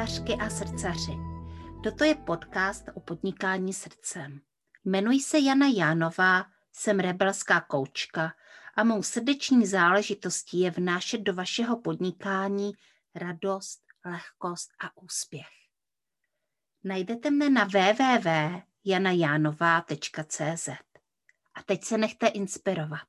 srdcařky a srdcaři. Toto je podcast o podnikání srdcem. Jmenuji se Jana Jánová, jsem rebelská koučka a mou srdeční záležitostí je vnášet do vašeho podnikání radost, lehkost a úspěch. Najdete mne na www.janajanova.cz. A teď se nechte inspirovat.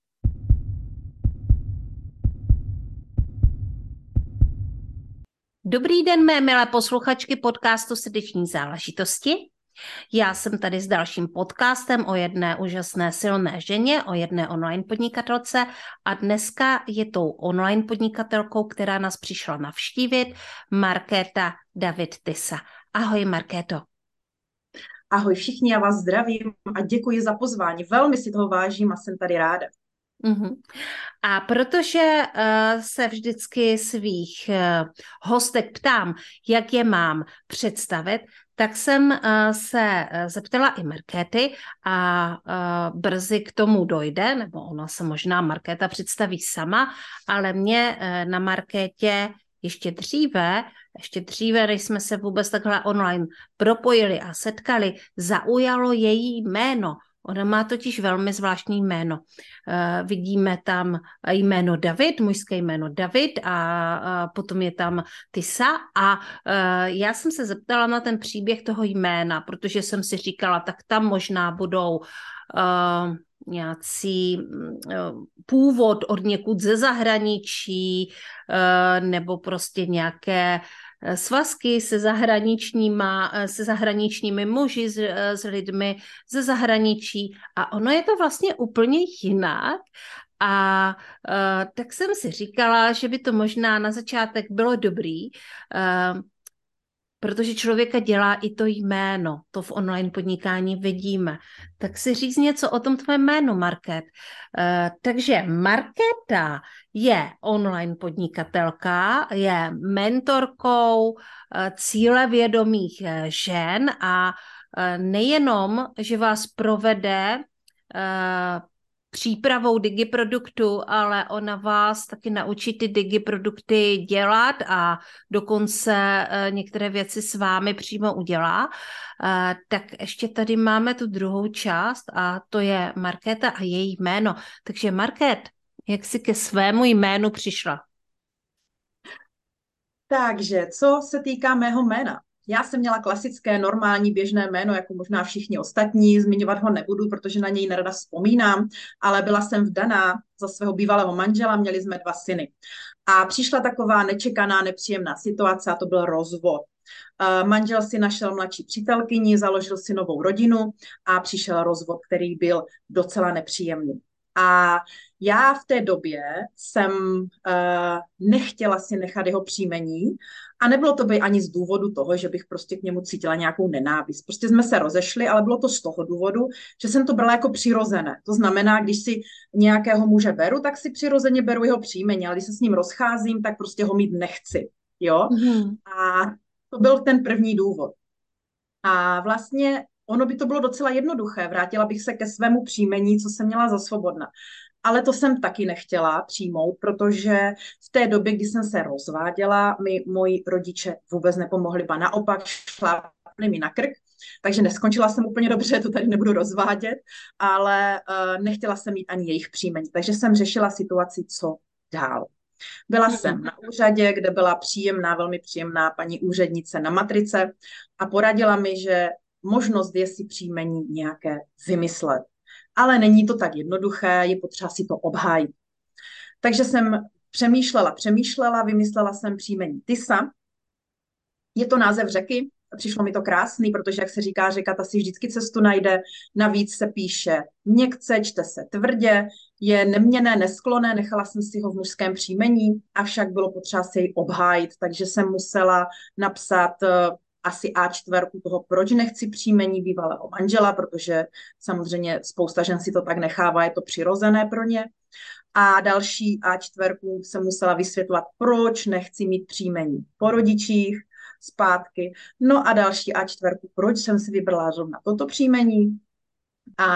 Dobrý den, mé milé posluchačky podcastu Srdeční záležitosti. Já jsem tady s dalším podcastem o jedné úžasné silné ženě, o jedné online podnikatelce a dneska je tou online podnikatelkou, která nás přišla navštívit, Markéta David Tysa. Ahoj, Markéto. Ahoj všichni, já vás zdravím a děkuji za pozvání. Velmi si toho vážím a jsem tady ráda. Uhum. A protože se vždycky svých hostek ptám, jak je mám představit, tak jsem se zeptala i Markéty a brzy k tomu dojde, nebo ona se možná Markéta představí sama, ale mě na Markétě ještě dříve, než jsme se vůbec takhle online propojili a setkali, zaujalo její jméno. Ona má totiž velmi zvláštní jméno. Vidíme tam jméno David, mužské jméno David a potom je tam Tysa a já jsem se zeptala na ten příběh toho jména, protože jsem si říkala, tak tam možná budou nějaký původ od někud ze zahraničí nebo prostě nějaké svazky se zahraničními muži, s lidmi ze zahraničí a ono je to vlastně úplně jinak a tak jsem si říkala, že by to možná na začátek bylo dobrý, protože člověka dělá i to jméno, to v online podnikání vidíme. Tak si říct něco o tom tvém jménu, Market. Takže Markéta je online podnikatelka, je mentorkou cílevědomých žen a nejenom, že vás provede přípravou digiproduktu, ale ona vás taky naučí ty digiprodukty dělat a dokonce některé věci s vámi přímo udělá. Tak ještě tady máme tu druhou část a to je Markéta a její jméno. Takže Markét, jak jsi ke svému jménu přišla? Takže, co se týká mého jména. Já jsem měla klasické, normální, běžné jméno, jako možná všichni ostatní, zmiňovat ho nebudu, protože na něj nerada vzpomínám, ale byla jsem vdaná za svého bývalého manžela, měli jsme 2 syny. A přišla taková nečekaná, nepříjemná situace a to byl rozvod. Manžel si našel mladší přítelkyni, založil si novou rodinu a přišel rozvod, který byl docela nepříjemný. A já v té době jsem nechtěla si nechat jeho příjmení a nebylo to by ani z důvodu toho, že bych prostě k němu cítila nějakou nenávist. Prostě jsme se rozešli, ale bylo to z toho důvodu, že jsem to brala jako přirozené. To znamená, když si nějakého muže beru, tak si přirozeně beru jeho příjmení, ale když se s ním rozcházím, tak prostě ho mít nechci. Jo? A to byl ten první důvod. A vlastně ono by to bylo docela jednoduché. Vrátila bych se ke svému příjmení, co jsem měla za svobodna. Ale to jsem taky nechtěla přijmout, protože v té době, kdy jsem se rozváděla, mi moji rodiče vůbec nepomohli, ba naopak šlápli mi na krk, takže neskončila jsem úplně dobře, to tady nebudu rozvádět, ale nechtěla jsem mít ani jejich příjmení, takže jsem řešila situaci, co dál. Byla jsem na úřadě, kde byla velmi příjemná paní úřednice na matrice a poradila mi, že možnost je si příjmení nějaké vymyslet. Ale není to tak jednoduché, je potřeba si to obhájit. Takže jsem přemýšlela, vymyslela jsem příjmení Tysa. Je to název řeky, přišlo mi to krásný, protože, jak se říká, řeka, ta si vždycky cestu najde. Navíc se píše měkce, čte se tvrdě, je neměnné, nesklonné, nechala jsem si ho v mužském příjmení, avšak bylo potřeba si jej obhájit, takže jsem musela napsat asi A4 toho, proč nechci příjmení bývalého manžela, protože samozřejmě spousta žen si to tak nechává, je to přirozené pro ně. A další A4 jsem musela vysvětlovat, proč nechci mít příjmení po rodičích, zpátky. No a další A4, proč jsem si vybrala zrovna toto příjmení. A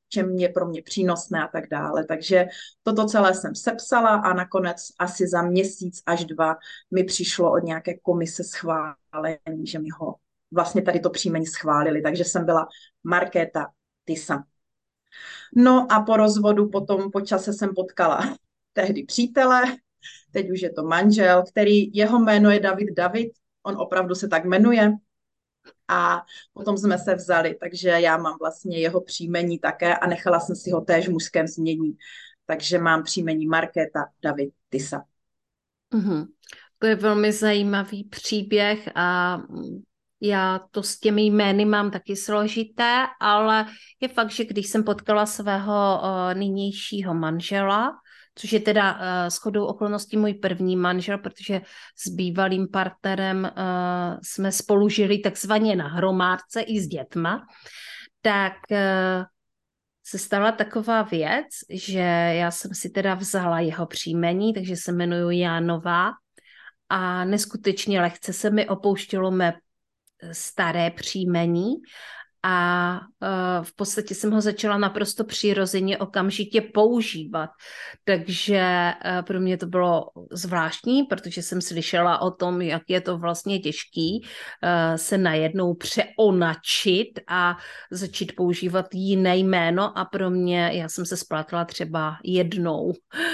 čem je pro mě přínosné a tak dále. Takže toto celé jsem sepsala a nakonec asi za měsíc až 2 mi přišlo od nějaké komise schválení, že mi ho vlastně tady to příjmení schválili. Takže jsem byla Markéta Tisa. No a po rozvodu potom po čase jsem potkala tehdy přítele, teď už je to manžel, jeho jméno je David, on opravdu se tak jmenuje. A potom jsme se vzali, takže já mám vlastně jeho příjmení také a nechala jsem si ho též v mužském znění. Takže mám příjmení Markéta David Tisa. Mm-hmm. To je velmi zajímavý příběh a já to s těmi jmény mám taky složité, ale je fakt, že když jsem potkala svého nynějšího manžela, což je teda shodou okolností můj první manžel, protože s bývalým partnerem jsme spolu žili takzvaně na hromádce i s dětma, tak se stala taková věc, že já jsem si teda vzala jeho příjmení, takže se jmenuji Jánová a neskutečně lehce se mi opouštělo mé staré příjmení a v podstatě jsem ho začala naprosto přirozeně okamžitě používat. Takže pro mě to bylo zvláštní, protože jsem slyšela o tom, jak je to vlastně těžký se najednou přeonačit a začít používat jiné jméno a pro mě, já jsem se splátla třeba jednou.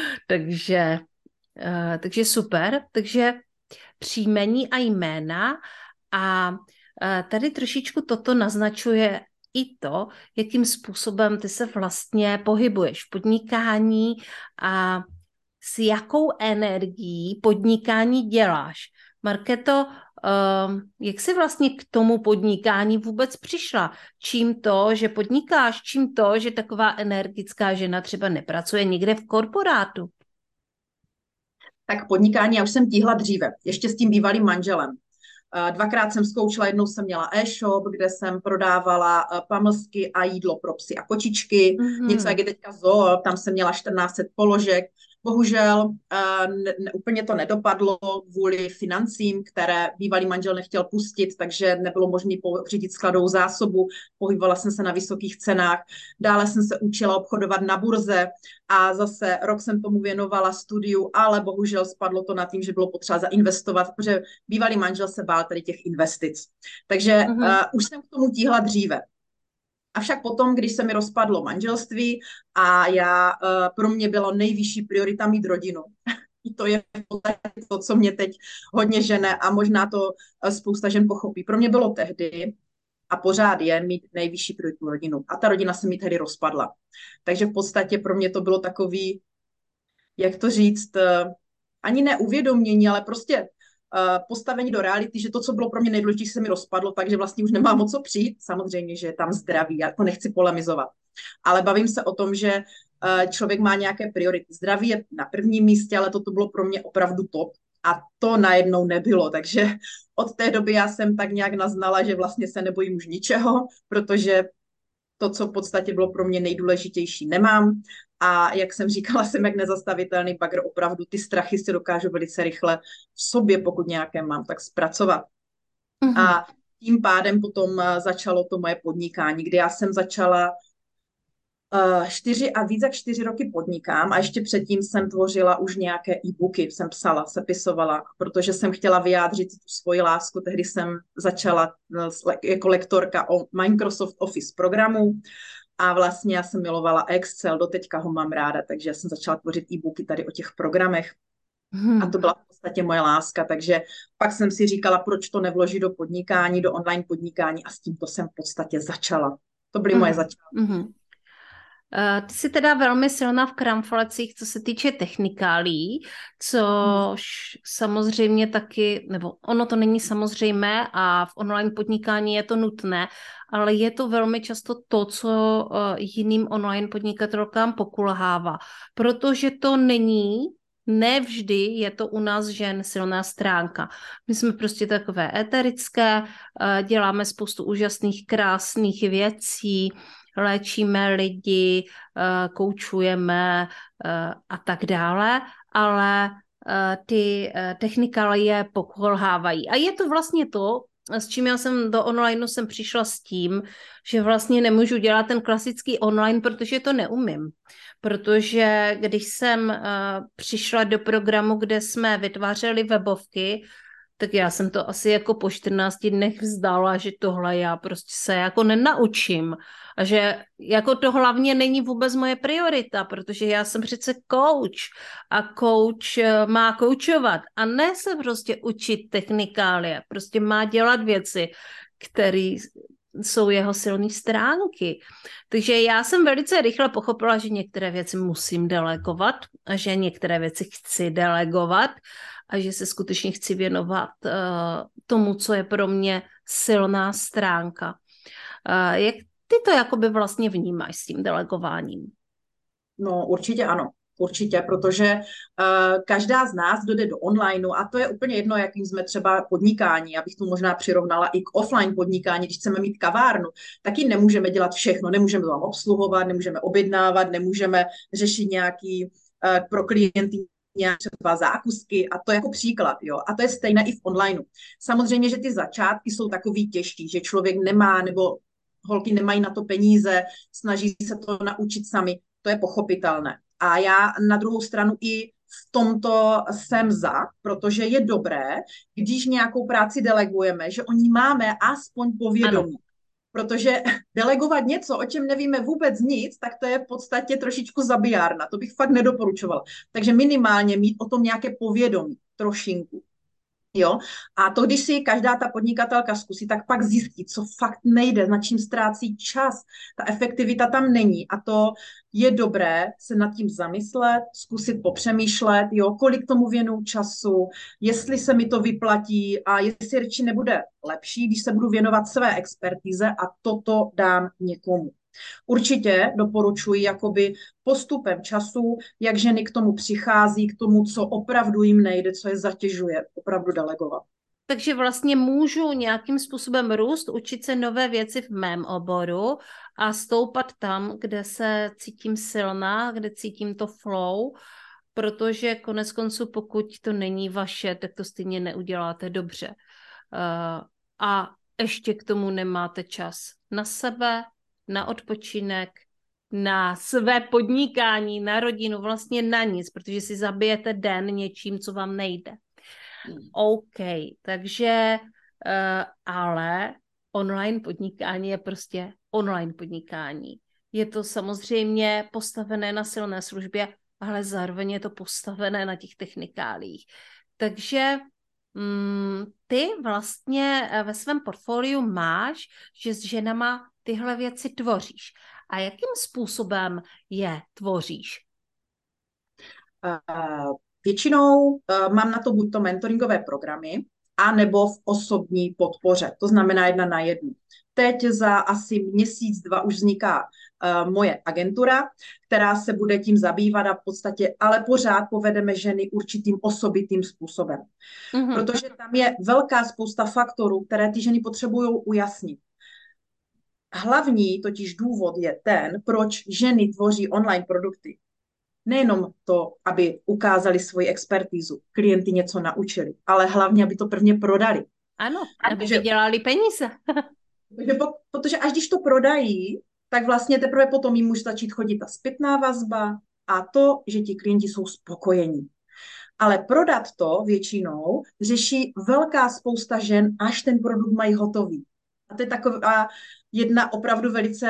Takže super. Takže příjmení a jména a tady trošičku toto naznačuje i to, jakým způsobem ty se vlastně pohybuješ v podnikání a s jakou energií podnikání děláš. Markéto, jak jsi vlastně k tomu podnikání vůbec přišla? Čím to, že podnikáš? Čím to, že taková energická žena třeba nepracuje někde v korporátu? Tak podnikání já už jsem tíhla dříve, ještě s tím bývalým manželem. 2krát jsem zkoušela, jednou jsem měla e-shop, kde jsem prodávala pamlsky a jídlo pro psy a kočičky. Něco jak je teďka zoo, tam jsem měla 1400 položek. Bohužel úplně to nedopadlo kvůli financím, které bývalý manžel nechtěl pustit, takže nebylo možné pořídit skladovou zásobu. Pohybovala jsem se na vysokých cenách. Dále jsem se učila obchodovat na burze a zase rok jsem tomu věnovala studiu, ale bohužel spadlo to na tím, že bylo potřeba zainvestovat, protože bývalý manžel se bál tady těch investic. Takže už jsem k tomu tíhla dříve. Avšak potom, když se mi rozpadlo manželství a pro mě bylo nejvyšší priorita mít rodinu. I to je to, co mě teď hodně žene a možná to spousta žen pochopí. Pro mě bylo tehdy a pořád je mít nejvyšší prioritu rodinu. A ta rodina se mi tehdy rozpadla. Takže v podstatě pro mě to bylo takový, jak to říct, ani neuvědomění, ale prostě postavení do reality, že to, co bylo pro mě nejdůležitější, se mi rozpadlo, takže vlastně už nemám o co přijít. Samozřejmě, že je tam zdraví, já to nechci polemizovat. Ale bavím se o tom, že člověk má nějaké priority. Zdraví je na prvním místě, ale toto bylo pro mě opravdu top. A to najednou nebylo, takže od té doby já jsem tak nějak naznala, že vlastně se nebojím už ničeho, protože to, co v podstatě bylo pro mě nejdůležitější, nemám. A jak jsem říkala, jsem jak nezastavitelný bagr, opravdu ty strachy si dokážu velice rychle v sobě, pokud nějaké mám, tak zpracovat. A tím pádem potom začalo to moje podnikání, kdy já jsem začala 4 roky podnikám a ještě předtím jsem tvořila už nějaké e-booky, jsem psala, sepisovala, protože jsem chtěla vyjádřit tu svoji lásku. Tehdy jsem začala jako lektorka o Microsoft Office programu a vlastně já jsem milovala Excel, doteďka ho mám ráda, takže já jsem začala tvořit e-booky tady o těch programech. A to byla v podstatě moje láska, takže pak jsem si říkala, proč to nevložit do podnikání, do online podnikání a s tímto jsem v podstatě začala. To byly moje začátky. Ty jsi teda velmi silná v kramflecích, co se týče technikálí, což samozřejmě taky, nebo ono to není samozřejmé a v online podnikání je to nutné, ale je to velmi často to, co jiným online podnikatelkám pokulhává, protože to není, nevždy je to u nás žen silná stránka. My jsme prostě takové éterické, děláme spoustu úžasných, krásných věcí, léčíme lidi, koučujeme a tak dále, ale ty technikálie pokulhávají. A je to vlastně to, s čím já jsem do onlineu jsem přišla s tím, že vlastně nemůžu dělat ten klasický online, protože to neumím. Protože když jsem přišla do programu, kde jsme vytvářeli webovky, tak já jsem to asi jako po 14 dnech vzdala, že tohle já prostě se jako nenaučím. A že jako to hlavně není vůbec moje priorita, protože já jsem přece coach a coach má koučovat a ne se prostě učit technikálie, prostě má dělat věci, které jsou jeho silné stránky. Takže já jsem velice rychle pochopila, že některé věci musím delegovat a že některé věci chci delegovat a že se skutečně chci věnovat tomu, co je pro mě silná stránka. Jak ty to jakoby vlastně vnímáš s tím delegováním? No, určitě ano. Určitě, protože každá z nás jde do onlineu a to je úplně jedno, jakým jsme třeba podnikání. Já bych to možná přirovnala i k offline podnikání. Když chceme mít kavárnu, taky nemůžeme dělat všechno. Nemůžeme vám obsluhovat, nemůžeme objednávat, nemůžeme řešit nějaký pro klienty nějaké třeba zákusky a to jako příklad, jo. A to je stejné i v onlineu. Samozřejmě, že ty začátky jsou takový těžký, že člověk nemá nebo holky nemají na to peníze, snaží se to naučit sami, to je pochopitelné. A já na druhou stranu i v tomto jsem za, protože je dobré, když nějakou práci delegujeme, že o ní máme aspoň povědomí. Ano. Protože delegovat něco, o čem nevíme vůbec nic, tak to je v podstatě trošičku zabijárna. To bych fakt nedoporučovala. Takže minimálně mít o tom nějaké povědomí, trošinku. Jo? A to, když si každá ta podnikatelka zkusí, tak pak zjistí, co fakt nejde, na čím ztrácí čas. Ta efektivita tam není a to je dobré se nad tím zamyslet, zkusit popřemýšlet, jo, kolik tomu věnuju času, jestli se mi to vyplatí a jestli radši nebude lepší, když se budu věnovat své expertíze a toto dám někomu. Určitě doporučuji jakoby postupem času, jak ženy k tomu přichází, k tomu, co opravdu jim nejde, co je zatěžuje, opravdu delegovat. Takže vlastně můžu nějakým způsobem růst, učit se nové věci v mém oboru a stoupat tam, kde se cítím silná, kde cítím to flow, protože konec konců, pokud to není vaše, tak to stejně neuděláte dobře. A ještě k tomu nemáte čas na sebe, na odpočinek, na své podnikání, na rodinu, vlastně na nic, protože si zabijete den něčím, co vám nejde. OK, takže ale online podnikání je prostě online podnikání. Je to samozřejmě postavené na silné službě, ale zároveň je to postavené na těch technikálích. Takže ty vlastně ve svém portfoliu máš, že s ženama tyhle věci tvoříš. A jakým způsobem je tvoříš? Většinou mám na to buď to mentoringové programy, a nebo v osobní podpoře. To znamená 1 na 1. Teď za asi měsíc, 2 už vzniká moje agentura, která se bude tím zabývat a v podstatě, ale pořád povedeme ženy určitým osobitým způsobem. Mm-hmm. Protože tam je velká spousta faktorů, které ty ženy potřebují ujasnit. Hlavní totiž důvod je ten, proč ženy tvoří online produkty. Nejenom to, aby ukázali svoji expertízu, klienty něco naučili, ale hlavně, aby to prvně prodali. Ano, aby vydělali peníze. Protože až když to prodají, tak vlastně teprve potom jim může začít chodit ta zpětná vazba a to, že ti klienti jsou spokojení. Ale prodat to většinou řeší velká spousta žen, až ten produkt mají hotový. A to je taková jedna opravdu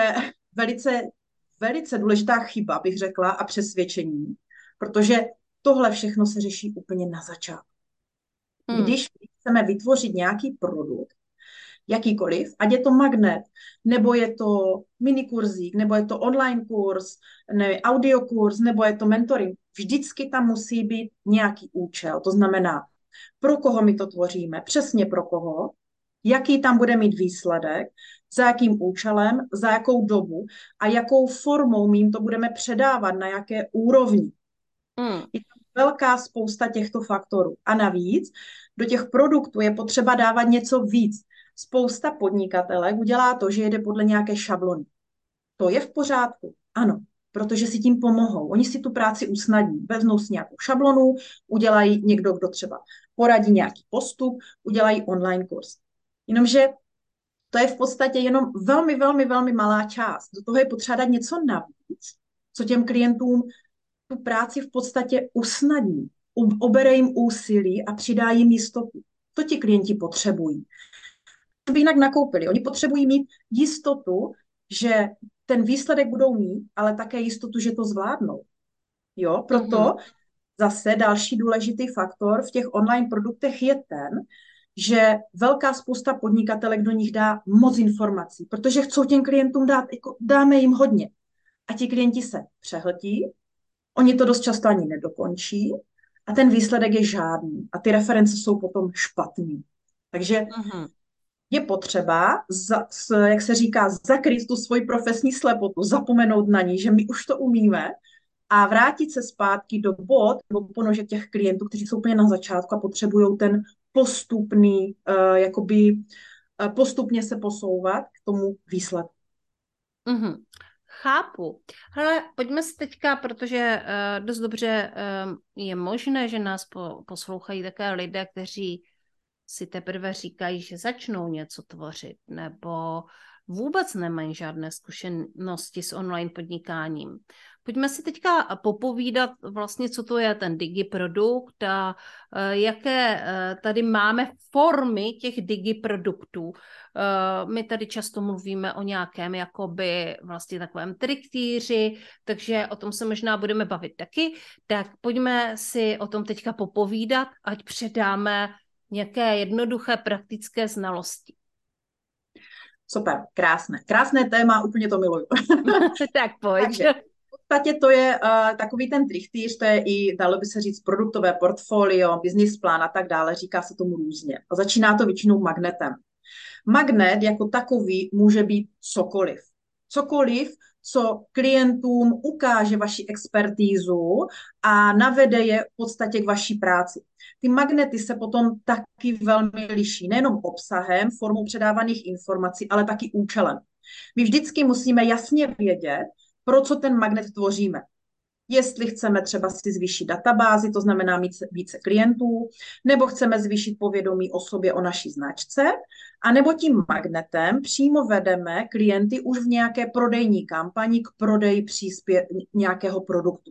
velice důležitá chyba, bych řekla, a přesvědčení, protože tohle všechno se řeší úplně na začátku. Když chceme vytvořit nějaký produkt, jakýkoliv, ať je to magnet, nebo je to minikurzík, nebo je to online kurz, ne, audiokurs, nebo je to mentoring, vždycky tam musí být nějaký účel. To znamená, pro koho my to tvoříme, přesně pro koho, jaký tam bude mít výsledek, za jakým účelem, za jakou dobu a jakou formou my jim to budeme předávat, na jaké úrovni. Je tam velká spousta těchto faktorů. A navíc do těch produktů je potřeba dávat něco víc. Spousta podnikatelek udělá to, že jede podle nějaké šablony. To je v pořádku? Ano, protože si tím pomohou. Oni si tu práci usnadní. Vezmou si nějakou šablonu, udělají někdo, kdo třeba poradí nějaký postup, udělají online kurz. Jenomže to je v podstatě jenom velmi, velmi, velmi malá část. Do toho je potřeba dát něco navíc, co těm klientům tu práci v podstatě usnadní, obere jim úsilí a přidá jim jistotu. To ti klienti potřebují. By jinak nakoupili. Oni potřebují mít jistotu, že ten výsledek budou mít, ale také jistotu, že to zvládnou. Jo, proto zase další důležitý faktor v těch online produktech je ten, že velká spousta podnikatelek do nich dá moc informací, protože chcou těm klientům dát, jako dáme jim hodně. A ti klienti se přehltí, oni to dost často ani nedokončí a ten výsledek je žádný a ty reference jsou potom špatný. Takže je potřeba, jak se říká, zakrýt tu svoji profesní slepotu, zapomenout na ní, že my už to umíme a vrátit se zpátky do bod nebo ponožek těch klientů, kteří jsou úplně na začátku a potřebují ten postupný, postupně se posouvat k tomu výsledku. Chápu. Hele, pojďme si teďka, protože dost dobře je možné, že nás poslouchají také lidé, kteří si teprve říkají, že začnou něco tvořit, nebo vůbec nemají žádné zkušenosti s online podnikáním. Pojďme si teďka popovídat vlastně, co to je ten digiprodukt a jaké tady máme formy těch digiproduktů. My tady často mluvíme o nějakém jakoby vlastně takovém triktýři, takže o tom se možná budeme bavit taky. Tak pojďme si o tom teďka popovídat, ať předáme nějaké jednoduché praktické znalosti. Super, krásné. Krásné téma, úplně to miluju. Tak pojď. Takže v podstatě to je takový ten trichtýř, to je i, dalo by se říct, produktové portfolio, business plán a tak dále, říká se tomu různě. A začíná to většinou magnetem. Magnet jako takový může být cokoliv. Cokoliv, co klientům ukáže vaši expertízu a navede je v podstatě k vaší práci. Ty magnety se potom taky velmi liší, nejenom obsahem, formou předávaných informací, ale taky účelem. My vždycky musíme jasně vědět, pro co ten magnet tvoříme. Jestli chceme třeba si zvýšit databázi, to znamená mít více klientů, nebo chceme zvýšit povědomí o sobě, o naší značce, anebo tím magnetem přímo vedeme klienty už v nějaké prodejní kampani k prodeji nějakého produktu.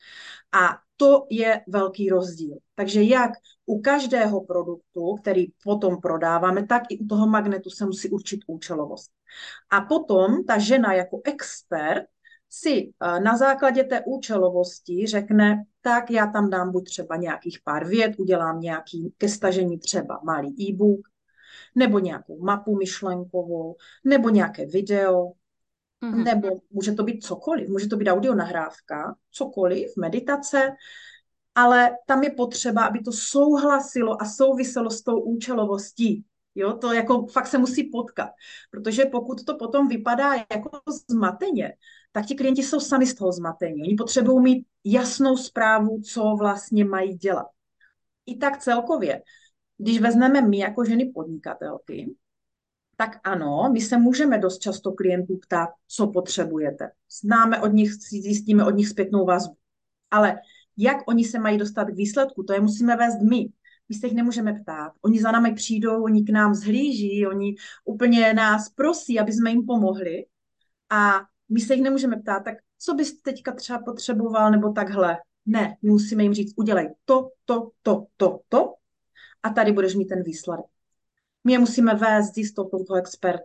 A to je velký rozdíl. Takže jak u každého produktu, který potom prodáváme, tak i u toho magnetu se musí určit účelovost. A potom ta žena jako expert si na základě té účelovosti řekne, tak já tam dám buď třeba nějakých pár vět, udělám nějaký ke stažení třeba malý e-book, nebo nějakou mapu myšlenkovou, nebo nějaké video, nebo může to být cokoliv, může to být audionahrávka, cokoliv, meditace, ale tam je potřeba, aby to souhlasilo a souviselo s tou účelovostí. Jo, to jako fakt se musí potkat, protože pokud to potom vypadá jako zmateně, tak ti klienti jsou sami z toho zmatení. Oni potřebují mít jasnou zprávu, co vlastně mají dělat. I tak celkově, když vezmeme my jako ženy podnikatelky, tak ano, my se můžeme dost často klientů ptát, co potřebujete. Známe od nich, zjistíme od nich zpětnou vazbu. Ale jak oni se mají dostat k výsledku, to je musíme vést my. My se jich nemůžeme ptát. Oni za námi přijdou, oni k nám zhlíží, oni úplně nás prosí, aby jsme jim pomohli. A my se jich nemůžeme ptát, tak co bys teďka třeba potřeboval, nebo takhle. Ne, my musíme jim říct, udělej to. A tady budeš mít ten výsledek. My je musíme vést s jistotou toho experta.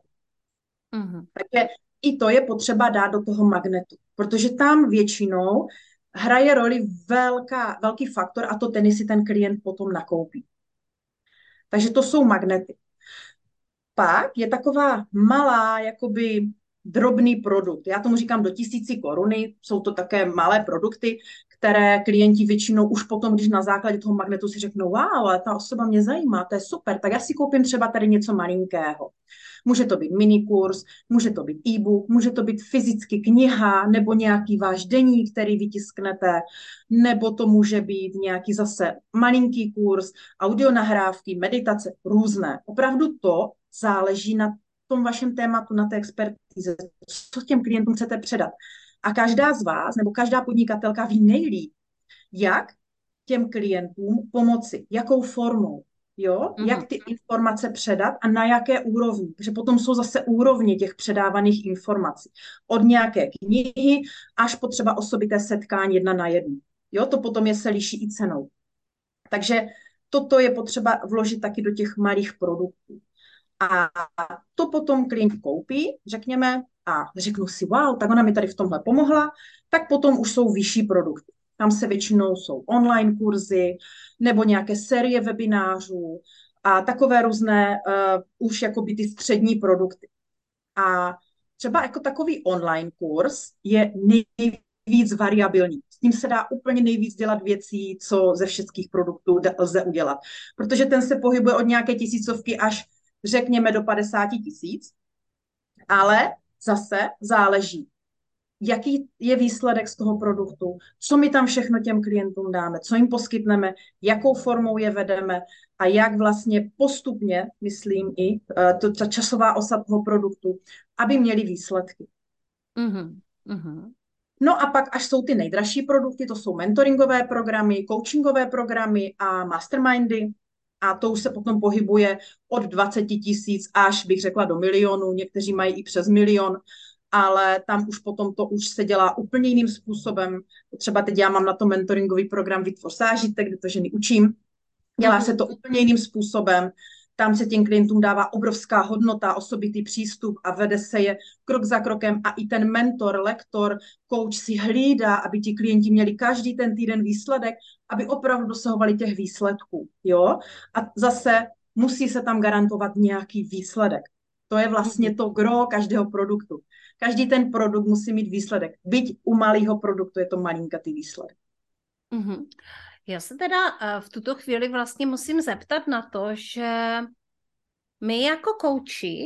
Takže i to je potřeba dát do toho magnetu, protože tam většinou hraje roli velký faktor a to ten, jestli ten klient potom nakoupí. Takže to jsou magnety. Pak je taková malá, jakoby drobný produkt. Já tomu říkám do 1000 koruny, jsou to také malé produkty, které klienti většinou už potom, když na základě toho magnetu si řeknou, wow, ale ta osoba mě zajímá, to je super, tak já si koupím třeba tady něco malinkého. Může to být minikurs, může to být e-book, může to být fyzicky kniha nebo nějaký váš deník, který vytisknete, nebo to může být nějaký zase malinký kurz, audionahrávky, meditace, různé. Opravdu to záleží na tom vašem tématu, na té expertize, co těm klientům chcete předat. A každá z vás, nebo každá podnikatelka ví nejlíp, jak těm klientům pomoci, jakou formou. jo, Mhm. jak ty informace předat a na jaké úrovni. Protože potom jsou zase úrovně těch předávaných informací. Od nějaké knihy až po třeba osobité setkání 1 na 1. Jo, to potom se liší i cenou. Takže toto je potřeba vložit taky do těch malých produktů. A to potom klient koupí, řekněme, a řeknu si, wow, tak ona mi tady v tomhle pomohla, tak potom už jsou vyšší produkty. Tam se většinou jsou online kurzy nebo nějaké série webinářů a takové různé už jakoby ty střední produkty. A třeba jako takový online kurz je nejvíc variabilní. S tím se dá úplně nejvíc dělat věcí, co ze všech produktů lze udělat. Protože ten se pohybuje od nějaké tisícovky až řekněme do 50 000, ale zase záleží, jaký je výsledek z toho produktu, co my tam všechno těm klientům dáme, co jim poskytneme, jakou formou je vedeme a jak vlastně postupně, myslím i, ta časová osa toho produktu, aby měli výsledky. Mhm. Mhm. No a pak, až jsou ty nejdražší produkty, to jsou mentoringové programy, coachingové programy a mastermindy. A to už se potom pohybuje od 20 000 až, bych řekla, do milionu. Někteří mají i přes milion, ale tam už potom to už se dělá úplně jiným způsobem. Třeba teď já mám na to mentoringový program Vytvoř zážitek, kde to ženy učím. Dělá Mhm. se to úplně jiným způsobem. Tam se těm klientům dává obrovská hodnota, osobitý přístup a vede se je krok za krokem a i ten mentor, lektor, coach si hlídá, aby ti klienti měli každý ten týden výsledek, aby opravdu dosahovali těch výsledků. Jo? A zase musí se tam garantovat nějaký výsledek. To je vlastně Mhm. to gro každého produktu. Každý ten produkt musí mít výsledek. Byť u malého produktu je to malinkatý výsledek. Mhm. Já se teda v tuto chvíli vlastně musím zeptat na to, že my jako kouči,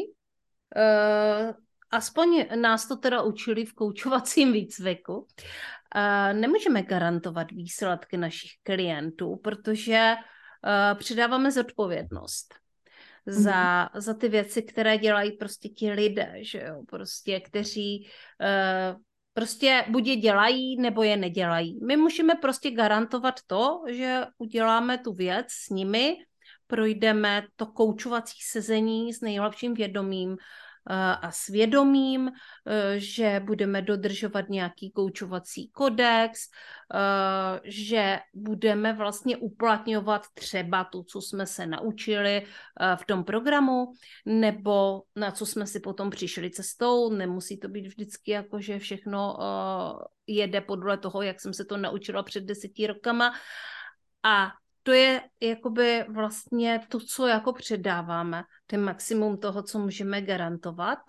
aspoň nás to teda učili v koučovacím výcviku, nemůžeme garantovat výsledky našich klientů, protože přidáváme zodpovědnost Mhm. za ty věci, které dělají prostě ti lidé, že jo, prostě, kteří prostě buď je dělají, nebo je nedělají. My můžeme prostě garantovat to, že uděláme tu věc s nimi, projdeme to koučovací sezení s nejlepším vědomím a svědomím, že budeme dodržovat nějaký koučovací kodex, že budeme vlastně uplatňovat třeba to, co jsme se naučili v tom programu, nebo na co jsme si potom přišli cestou. Nemusí to být vždycky jako, že všechno jede podle toho, jak jsem se to naučila před 10 rokama. A to je jakoby vlastně to, co jako předáváme, ten maximum toho, co můžeme garantovat.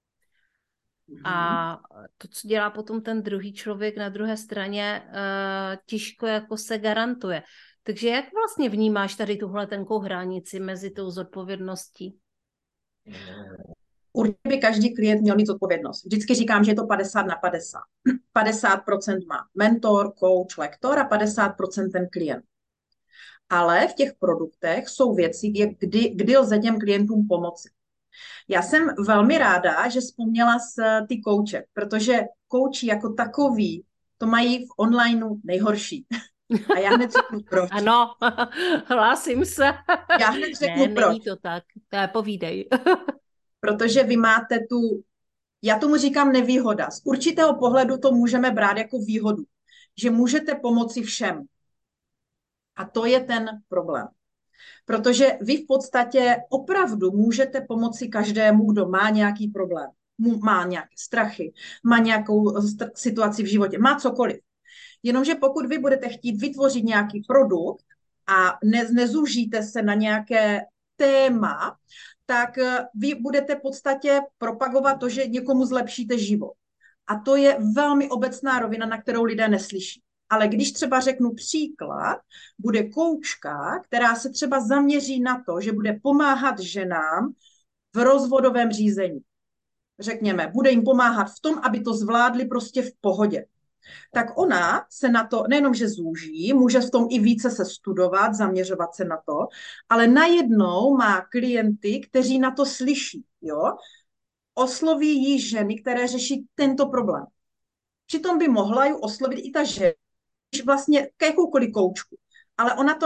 Mhm. A to, co dělá potom ten druhý člověk na druhé straně, těžko jako se garantuje. Takže jak vlastně vnímáš tady tuhle tenkou hranici mezi tou zodpovědností? Určitě by každý klient měl mít odpovědnost. Vždycky říkám, že je to 50/50. 50% má mentor, coach, lektor a 50% ten klient. Ale v těch produktech jsou věci, kdy lze těm klientům pomoci. Já jsem velmi ráda, že vzpomněla ty kouče, protože kouči jako takový to mají v onlineu nejhorší. A já hned řeknu proč. Ano, hlásím se. Já hned Ne, řeknu proč. není to tak. Povídej. Protože vy máte já tomu říkám nevýhoda. Z určitého pohledu to můžeme brát jako výhodu, že můžete pomoci všem. A to je ten problém. Protože vy v podstatě opravdu můžete pomoci každému, kdo má nějaký problém, má nějaké strachy, má nějakou situaci v životě, má cokoliv. Jenomže pokud vy budete chtít vytvořit nějaký produkt a nezúžíte se na nějaké téma, tak vy budete v podstatě propagovat to, že někomu zlepšíte život. A to je velmi obecná rovina, na kterou lidé neslyší. Ale když třeba řeknu příklad, bude koučka, která se třeba zaměří na to, že bude pomáhat ženám v rozvodovém řízení. Řekněme, bude jim pomáhat v tom, aby to zvládli prostě v pohodě. Tak ona se na to nejenom, že zúží, může v tom i více se studovat, zaměřovat se na to, ale najednou má klienty, kteří na to slyší. Jo? Osloví jí ženy, které řeší tento problém. Přitom by mohla ju oslovit i ta žena, vlastně jakoukoliv koučku, ale ona to neví.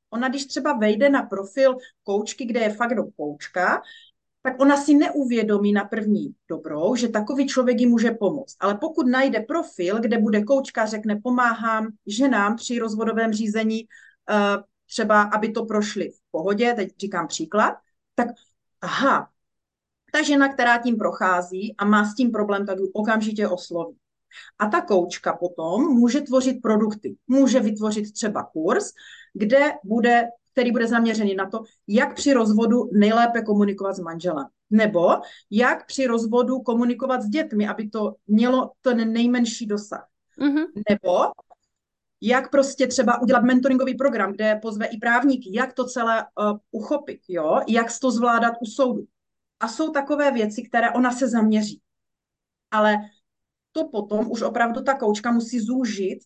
Ona, když třeba vejde na profil koučky, kde je fakt koučka, tak ona si neuvědomí na první dobrou, že takový člověk jí může pomoct. Ale pokud najde profil, kde bude koučka, řekne, pomáhám ženám při rozvodovém řízení, třeba, aby to prošli v pohodě, teď říkám příklad, tak aha, ta žena, která tím prochází a má s tím problém, tak ji okamžitě osloví. A ta koučka potom může tvořit produkty. Může vytvořit třeba kurz, který bude zaměřený na to, jak při rozvodu nejlépe komunikovat s manželem. Nebo jak při rozvodu komunikovat s dětmi, aby to mělo ten nejmenší dosah. Mm-hmm. Nebo jak prostě třeba udělat mentoringový program, kde pozve i právníky, jak to celé uchopit, jo? Jak to zvládat u soudu. A jsou takové věci, které ona se zaměří. Ale to potom už opravdu ta koučka musí zúžit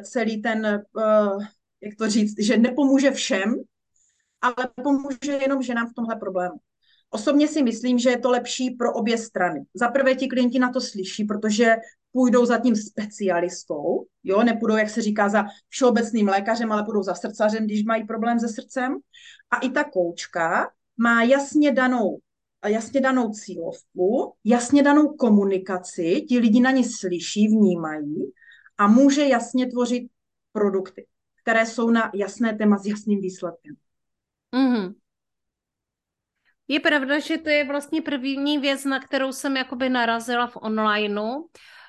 jak to říct, že nepomůže všem, ale pomůže jenom ženám v tomhle problému. Osobně si myslím, že je to lepší pro obě strany. Za prvé ti klienti na to slyší, protože půjdou za tím specialistou, jo, nepůjdou, jak se říká, za všeobecným lékařem, ale půjdou za srdcařem, když mají problém se srdcem. A i ta koučka má jasně danou cílovku, jasně danou komunikaci, ti lidi na ní slyší, vnímají a může jasně tvořit produkty, které jsou na jasné téma s jasným výsledkem. Mm-hmm. Je pravda, že to je vlastně první věc, na kterou jsem jakoby narazila v onlineu,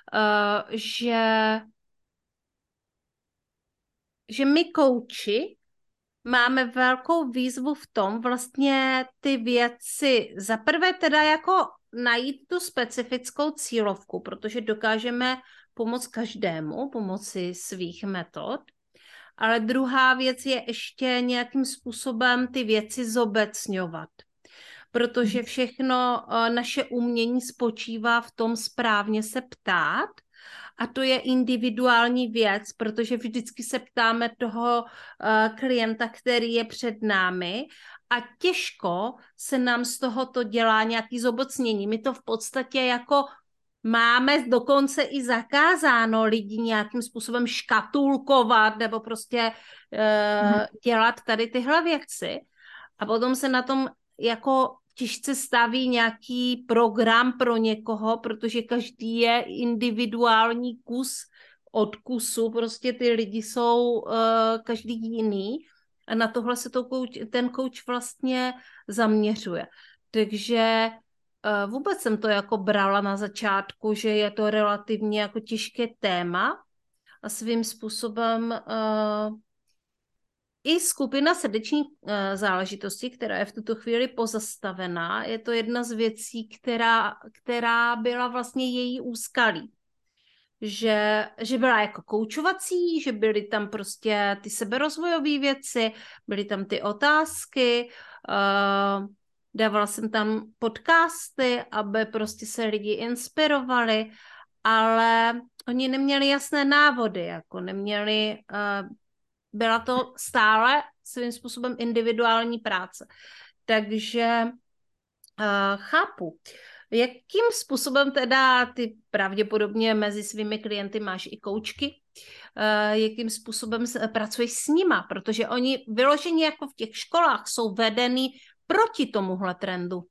že my kouči máme velkou výzvu v tom vlastně ty věci zaprvé teda jako najít tu specifickou cílovku, protože dokážeme pomoct každému, pomocí svých metod, ale druhá věc je ještě nějakým způsobem ty věci zobecňovat, protože všechno naše umění spočívá v tom správně se ptát a to je individuální věc, protože vždycky se ptáme toho klienta, který je před námi a těžko se nám z tohoto dělá nějaký zobecnění. My to v podstatě jako máme dokonce i zakázáno lidi nějakým způsobem škatulkovat nebo prostě dělat tady tyhle věci. A potom se na tom jako těžce staví nějaký program pro někoho, protože každý je individuální kus od kusu, prostě ty lidi jsou každý jiný a na tohle se ten coach vlastně zaměřuje. Takže vůbec jsem to jako brala na začátku, že je to relativně jako těžké téma a svým způsobem i skupina srdečních záležitostí, která je v tuto chvíli pozastavená, je to jedna z věcí, která byla vlastně její úskalí. Že byla jako koučovací, že byly tam prostě ty seberozvojové věci, byly tam ty otázky, dávala jsem tam podcasty, aby prostě se lidi inspirovali, ale oni neměli jasné návody, jako neměli... Byla to stále svým způsobem individuální práce. Takže chápu. Jakým způsobem teda ty pravděpodobně mezi svými klienty máš i koučky? Jakým způsobem pracuješ s nima? Protože oni vyloženě jako v těch školách jsou vedeny proti tomuhle trendu.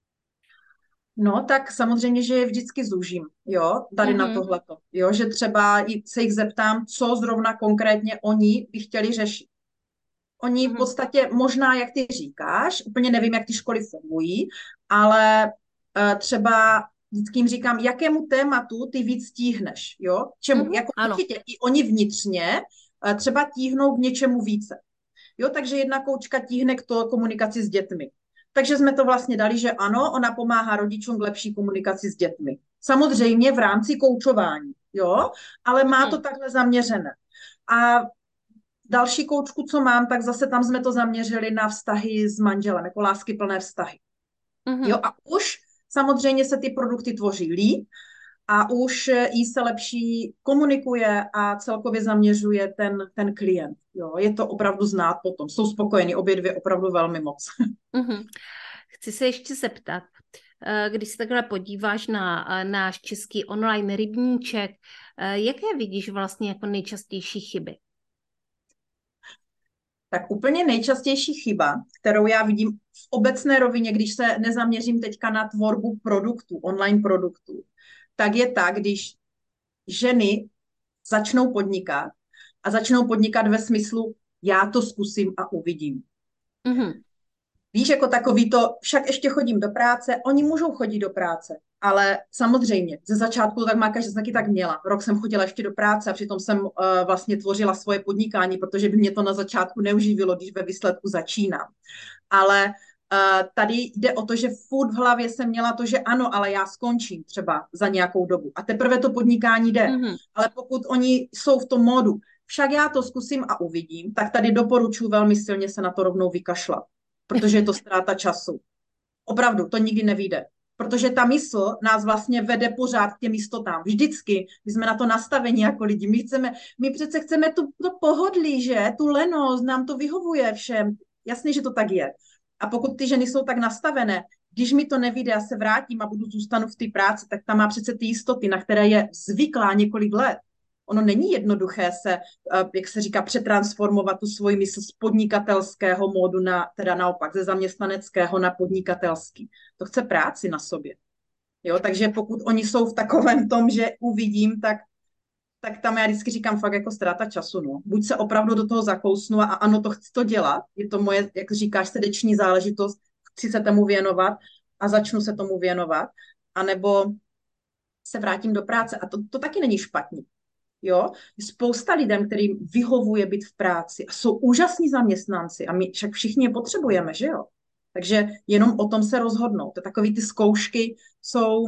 No, tak samozřejmě, že je vždycky zúžím, jo, tady na tohleto, jo, že třeba se jich zeptám, co zrovna konkrétně oni by chtěli řešit. Oni v podstatě možná, jak ty říkáš, úplně nevím, jak ty školy fungují, ale třeba vždycky jim říkám, jakému tématu ty víc tíhneš, jo, čemu, jako určitě i oni vnitřně třeba tíhnou k něčemu více. Jo, takže jedna koučka tíhne k komunikaci s dětmi. Takže jsme to vlastně dali, že ano, ona pomáhá rodičům k lepší komunikaci s dětmi. Samozřejmě v rámci koučování, jo, ale má to takhle zaměřené. A další koučku, co mám, tak zase tam jsme to zaměřili na vztahy s manželem, jako láskyplné vztahy. Jo, a už samozřejmě se ty produkty tvoří líp a už jí se lepší komunikuje a celkově zaměřuje ten klient. Jo, je to opravdu znát potom. Jsou spokojení obě dvě opravdu velmi moc. Chci se ještě zeptat, když se takhle podíváš na náš český online rybníček, jaké vidíš vlastně jako nejčastější chyby? Tak úplně nejčastější chyba, kterou já vidím v obecné rovině, když se nezaměřím teďka na tvorbu produktů, online produktů, tak je ta, když ženy začnou podnikat a začnou podnikat ve smyslu já to zkusím a uvidím. Mhm. Víš, jako takový to, však ještě chodím do práce, oni můžou chodit do práce, ale samozřejmě, ze začátku to tak má každý taky tak měla. Rok jsem chodila ještě do práce a přitom jsem vlastně tvořila svoje podnikání, protože by mě to na začátku neuživilo, když ve výsledku začínám. Ale tady jde o to, že furt v hlavě jsem měla to, že ano, ale já skončím třeba za nějakou dobu. A teprve to podnikání jde. Mhm. Ale pokud oni jsou v tom módu, však já to zkusím a uvidím, tak tady doporučuji velmi silně se na to rovnou vykašlat, protože je to ztráta času. Opravdu, to nikdy nevyjde. Protože ta mysl nás vlastně vede pořád k těm jistotám. Vždycky, my jsme na to nastaveni jako lidi. My přece chceme to pohodlí, že? Tu lenost, nám to vyhovuje všem. Jasně, že to tak je. A pokud ty ženy jsou tak nastavené, když mi to nevyjde, já se vrátím a zůstanu v té práci, tak tam má přece ty jistoty, na které je zvyklá několik let. Ono není jednoduché se, jak se říká, přetransformovat tu svoji mysl z podnikatelského módu na, teda naopak, ze zaměstnaneckého na podnikatelský. To chce práci na sobě. Jo, takže pokud oni jsou v takovém tom, že uvidím, tak tam já vždycky říkám fakt jako ztráta času, no. Buď se opravdu do toho zakousnu a ano, to chci to dělat, je to moje, jak říkáš, srdeční záležitost, chci se tomu věnovat a začnu se tomu věnovat, anebo se vrátím do práce a to taky není špatný. Jo? Spousta lidem, kterým vyhovuje být v práci a jsou úžasní zaměstnanci a my však všichni je potřebujeme, že jo? Takže jenom o tom se rozhodnout. To takový ty zkoušky jsou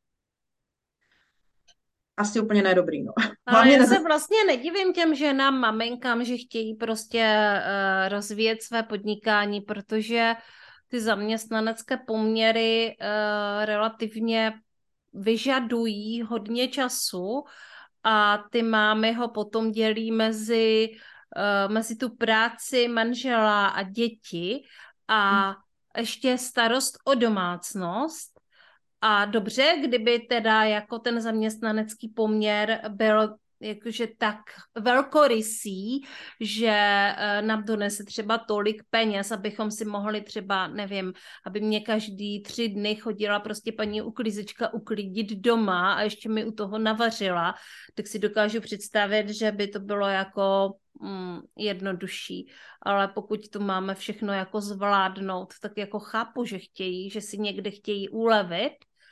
asi úplně nedobrý, no. Ale já se vlastně nedivím těm ženám, maminkám, že chtějí prostě rozvíjet své podnikání, protože ty zaměstnanecké poměry relativně vyžadují hodně času a ty mámy ho potom dělí mezi tu práci manžela a děti a ještě starost o domácnost. A dobře, kdyby teda jako ten zaměstnanecký poměr byl jakože tak velkorysý, že nám donese třeba tolik peněz, abychom si mohli třeba, nevím, aby mě každý 3 dny chodila prostě paní uklízečka uklidit doma a ještě mi u toho navařila, tak si dokážu představit, že by to bylo jako jednodušší. Ale pokud tu máme všechno jako zvládnout, tak jako chápu, že chtějí, že si někde chtějí ulevit,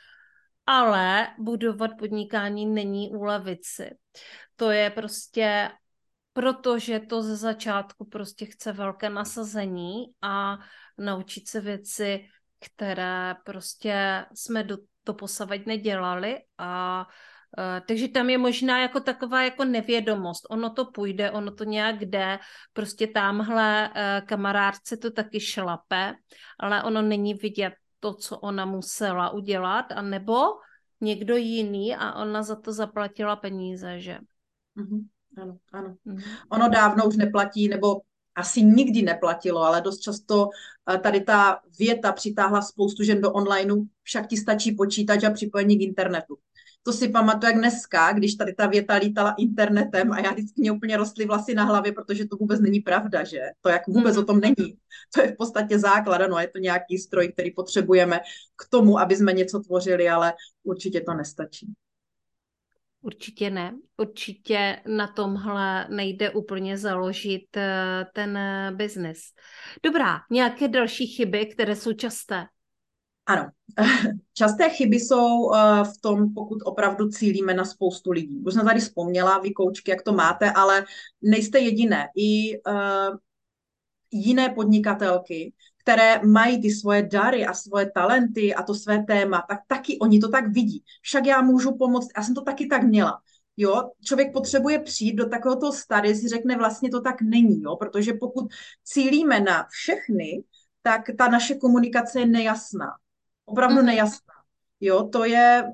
ale budovat podnikání není ulevit si. To je prostě, protože to ze začátku prostě chce velké nasazení a naučit se věci, které prostě jsme doposavad nedělali a takže tam je možná jako taková jako nevědomost. Ono to půjde, ono to nějak jde, prostě tamhle kamarádce to taky šlape, ale ono není vidět to, co ona musela udělat, anebo někdo jiný a ona za to zaplatila peníze, že? Ano, ano. Ono dávno už neplatí, nebo asi nikdy neplatilo, ale dost často tady ta věta přitáhla spoustu žen do onlineu, však ti stačí počítač a připojení k internetu. To si pamatuju jak dneska, když tady ta věta lítala internetem a já vždycky mě úplně rostly vlasy na hlavě, protože to vůbec není pravda, že? To jak vůbec o tom není. To je v podstatě základ, ano, je to nějaký stroj, který potřebujeme k tomu, aby jsme něco tvořili, ale určitě to nestačí. Určitě ne. Určitě na tomhle nejde úplně založit ten biznis. Dobrá, nějaké další chyby, které jsou časté? Ano, časté chyby jsou v tom, pokud opravdu cílíme na spoustu lidí. Už jsem tady vzpomněla, vy koučky, jak to máte, ale nejste jediné. I jiné podnikatelky, které mají ty svoje dary a svoje talenty a to své téma, tak taky oni to tak vidí. Však já můžu pomoct, já jsem to taky tak měla. Jo, člověk potřebuje přijít do takového toho stadia, si řekne vlastně to tak není, jo, protože pokud cílíme na všechny, tak ta naše komunikace je nejasná. Opravdu nejasná. Jo, to je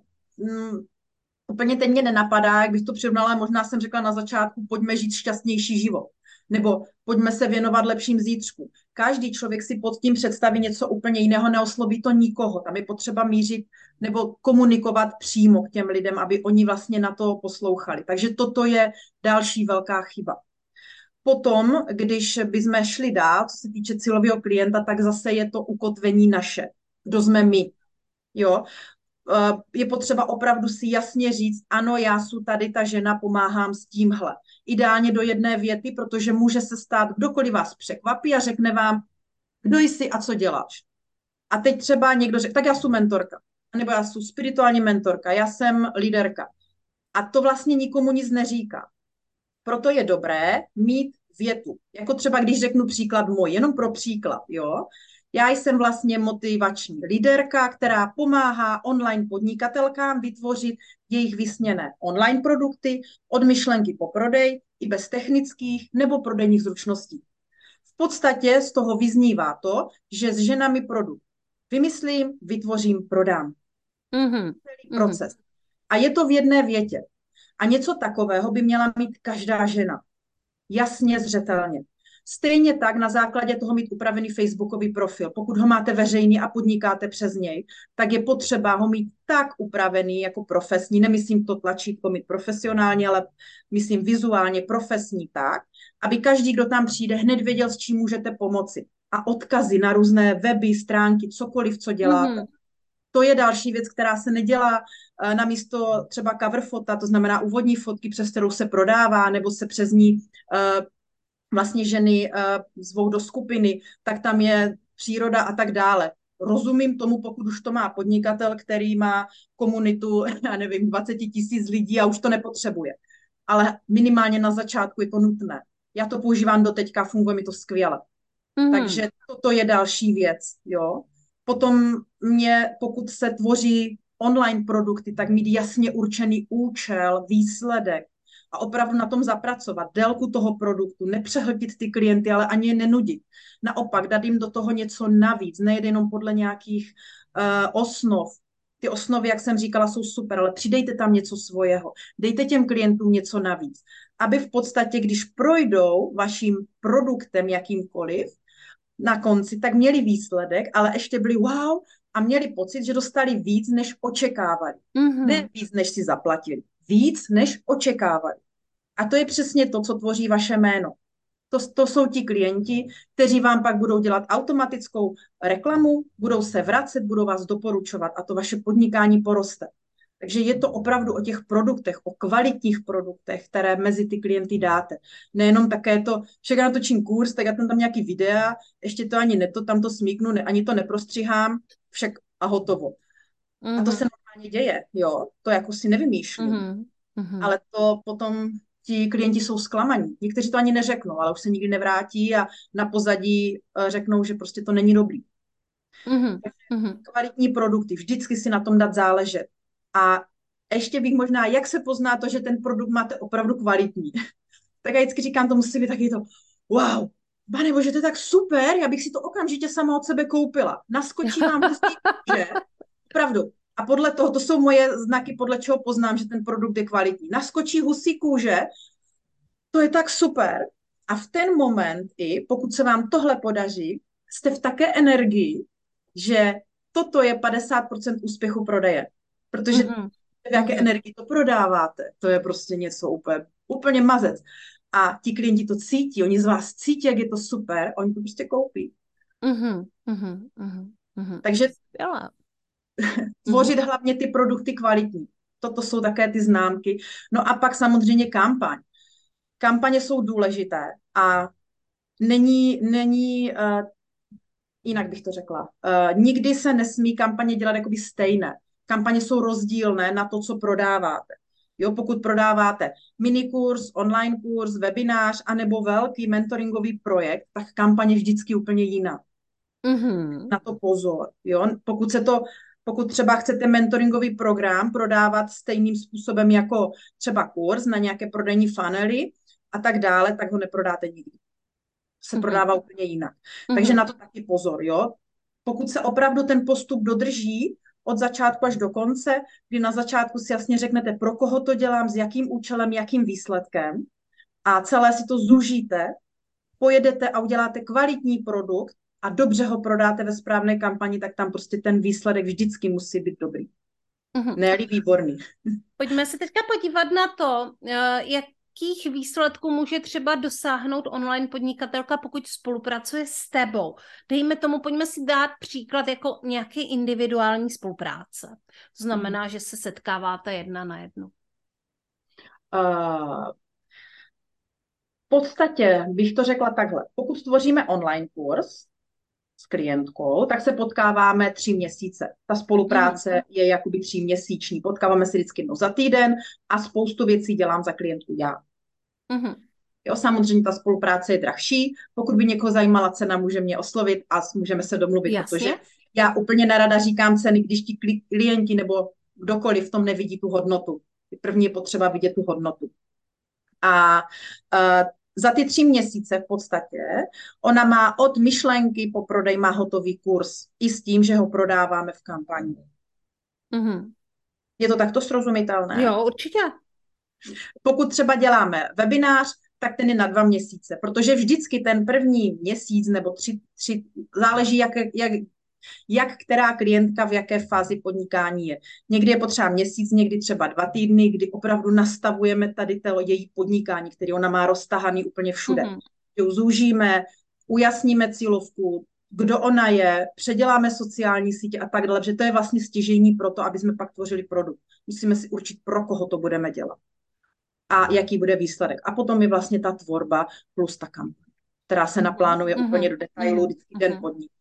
úplně teď mě nenapadá, jak bych to přirovnala, možná jsem řekla na začátku, pojďme žít šťastnější život. Nebo pojďme se věnovat lepším zítřku. Každý člověk si pod tím představí něco úplně jiného, neosloví to nikoho. Tam je potřeba mířit nebo komunikovat přímo k těm lidem, aby oni vlastně na to poslouchali. Takže toto je další velká chyba. Potom, když bychom šli dál, co se týče cílového klienta, tak zase je to ukotvení naše. Kdo jsme my, jo? Je potřeba opravdu si jasně říct, ano, já jsem tady ta žena, pomáhám s tímhle. Ideálně do jedné věty, protože může se stát, kdokoliv vás překvapí a řekne vám, kdo jsi a co děláš. A teď třeba někdo řekne, tak já jsem mentorka, nebo já jsem spirituální mentorka, já jsem líderka. A to vlastně nikomu nic neříká. Proto je dobré mít větu. Jako třeba, když řeknu příklad můj, jenom pro příklad, jo. Já jsem vlastně motivační líderka, která pomáhá online podnikatelkám vytvořit jejich vysněné online produkty od myšlenky po prodej i bez technických nebo prodejních zručností. V podstatě z toho vyznívá to, že s ženami produkt vymyslím, vytvořím, prodám. Celý proces. A je to v jedné větě. A něco takového by měla mít každá žena. Jasně, zřetelně. Stejně tak na základě toho mít upravený facebookový profil. Pokud ho máte veřejný a podnikáte přes něj, tak je potřeba ho mít tak upravený jako profesní. Nemyslím to tlačítko mít profesionálně, ale myslím vizuálně profesní tak, aby každý, kdo tam přijde, hned věděl, s čím můžete pomoci. A odkazy na různé weby, stránky, cokoliv, co děláte. To je další věc, která se nedělá na místo třeba cover fota, to znamená úvodní fotky, přes kterou se prodává, nebo se přes ní vlastně ženy zvou do skupiny, tak tam je příroda a tak dále. Rozumím tomu, pokud už to má podnikatel, který má komunitu, já nevím, 20 000 lidí a už to nepotřebuje. Ale minimálně na začátku je to nutné. Já to používám do teďka, funguje mi to skvěle. Takže toto je další věc, jo. Potom pokud se tvoří online produkty, tak mít jasně určený účel, výsledek a opravdu na tom zapracovat, délku toho produktu, nepřehltit ty klienty, ale ani je nenudit. Naopak, dát jim do toho něco navíc, nejde jenom podle nějakých osnov. Ty osnovy, jak jsem říkala, jsou super, ale přidejte tam něco svého. Dejte těm klientům něco navíc, aby v podstatě, když projdou vaším produktem jakýmkoliv, na konci, tak měli výsledek, ale ještě byli wow a měli pocit, že dostali víc, než očekávali. Ne víc, než si zaplatili. Víc, než očekávali. A to je přesně to, co tvoří vaše jméno. To jsou ti klienti, kteří vám pak budou dělat automatickou reklamu, budou se vracet, budou vás doporučovat a to vaše podnikání poroste. Takže je to opravdu o těch produktech, o kvalitních produktech, které mezi ty klienty dáte. Nejenom také to, však já natočím kurz, tak já tam nějaký videa, ještě to ani tam to smíknu, ani to neprostřihám, však a hotovo. A to se normálně děje, jo, to jako si nevymýšlím. Ale to potom ti klienti jsou zklamaní. Někteří to ani neřeknou, ale už se nikdy nevrátí a na pozadí řeknou, že prostě to není dobrý. Kvalitní produkty, vždycky si na tom dát záležet. A ještě bych možná, jak se pozná to, že ten produkt máte opravdu kvalitní. Tak já vždycky říkám, to musí být taky to, wow, panebože, to je tak super, já bych si to okamžitě sama od sebe koupila. Naskočí vám hustý kůže, opravdu. A podle toho, to jsou moje znaky, podle čeho poznám, že ten produkt je kvalitní. Naskočí husí kůže, to je tak super. A v ten moment i, pokud se vám tohle podaří, jste v také energii, že toto je 50% úspěchu prodeje. Protože v jaké energii to prodáváte, to je prostě něco úplně mazec. A ti klienti to cítí, oni z vás cítí, jak je to super, oni to prostě koupí. Takže tvořit hlavně ty produkty kvalitní. Toto jsou také ty známky. No a pak samozřejmě kampaň. Kampaně jsou důležité a není jinak bych to řekla. Nikdy se nesmí kampaně dělat jakoby stejné. Kampaně jsou rozdílné na to, co prodáváte. Jo, pokud prodáváte minikurs, online kurz, webinář anebo velký mentoringový projekt, tak kampaně vždycky úplně jiná. Na to pozor. Jo? Pokud třeba chcete mentoringový program prodávat stejným způsobem jako třeba kurz na nějaké prodejní funnely a tak dále, tak ho neprodáte nikdy. Se prodává úplně jinak. Takže na to taky pozor, jo. Pokud se opravdu ten postup dodrží od začátku až do konce, kdy na začátku si jasně řeknete, pro koho to dělám, s jakým účelem, jakým výsledkem a celé si to zužíte, pojedete a uděláte kvalitní produkt a dobře ho prodáte ve správné kampani, tak tam prostě ten výsledek vždycky musí být dobrý. Ne-li výborný. Pojďme se teďka podívat na to, jaký jakých výsledků může třeba dosáhnout online podnikatelka, pokud spolupracuje s tebou? Dejme tomu, pojďme si dát příklad jako nějaké individuální spolupráce. To znamená, že se setkáváte 1 na 1. V podstatě bych to řekla takhle. Pokud tvoříme online kurz s klientkou, tak se potkáváme 3 měsíce. Ta spolupráce je jakoby 3měsíční. Potkáváme se vždycky jednou za týden a spoustu věcí dělám za klientku já. Jo, samozřejmě ta spolupráce je drahší. Pokud by někoho zajímala cena, může mě oslovit a můžeme se domluvit, protože já úplně nerada říkám ceny, když ti klienti nebo kdokoliv v tom nevidí tu hodnotu. První je potřeba vidět tu hodnotu. A za ty 3 měsíce v podstatě ona má od myšlenky po prodej má hotový kurz i s tím, že ho prodáváme v kampani. Je to takto srozumitelné? Jo, určitě. Pokud třeba děláme webinář, tak ten je na 2 měsíce, protože vždycky ten první měsíc nebo 3 záleží, jak která klientka v jaké fázi podnikání je. Někdy je potřeba měsíc, někdy třeba 2 týdny, kdy opravdu nastavujeme tady její podnikání, který ona má roztahaný úplně všude. Ju zúžíme, ujasníme cílovku, kdo ona je, předěláme sociální sítě a tak dále, že to je vlastně stěžejní pro to, aby jsme pak tvořili produkt. Musíme si určit, pro koho to budeme dělat a jaký bude výsledek. A potom je vlastně ta tvorba plus ta kampaň, která se naplánuje úplně do detailu, vždycky den pod ní.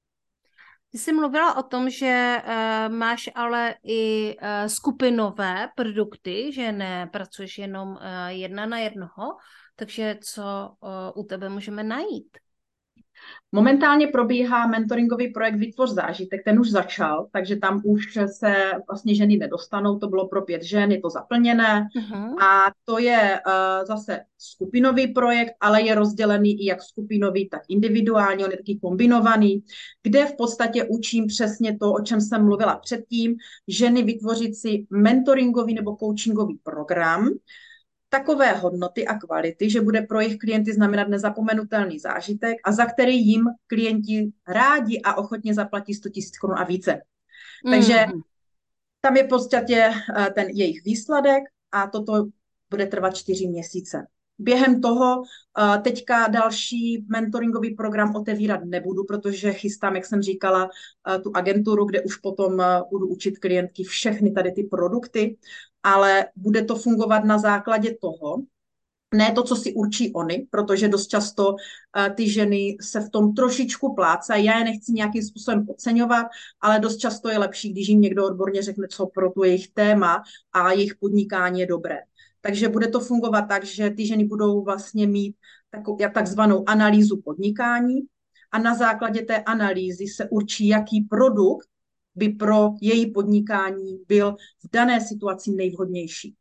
Ty jsi mluvila o tom, že máš ale i skupinové produkty, že nepracuješ jenom 1 na 1, takže co u tebe můžeme najít? Momentálně probíhá mentoringový projekt Vytvoř zážitek, ten už začal, takže tam už se vlastně ženy nedostanou, to bylo pro 5 žen, je to zaplněné a to je zase skupinový projekt, ale je rozdělený i jak skupinový, tak individuální, on je taky kombinovaný, kde v podstatě učím přesně to, o čem jsem mluvila předtím, ženy vytvořit si mentoringový nebo coachingový program, takové hodnoty a kvality, že bude pro jejich klienty znamenat nezapomenutelný zážitek a za který jim klienti rádi a ochotně zaplatí 100 000 korun a více. Takže tam je v podstatě ten jejich výsledek a toto bude trvat 4 měsíce. Během toho teďka další mentoringový program otevírat nebudu, protože chystám, jak jsem říkala, tu agenturu, kde už potom budu učit klientky všechny tady ty produkty, ale bude to fungovat na základě toho, ne to, co si určí oni, protože dost často ty ženy se v tom trošičku plácají. Já je nechci nějakým způsobem podceňovat, ale dost často je lepší, když jim někdo odborně řekne, co pro tu jejich téma a jejich podnikání je dobré. Takže bude to fungovat tak, že ty ženy budou vlastně mít takzvanou analýzu podnikání a na základě té analýzy se určí, jaký produkt by pro její podnikání byl v dané situaci nejvhodnější.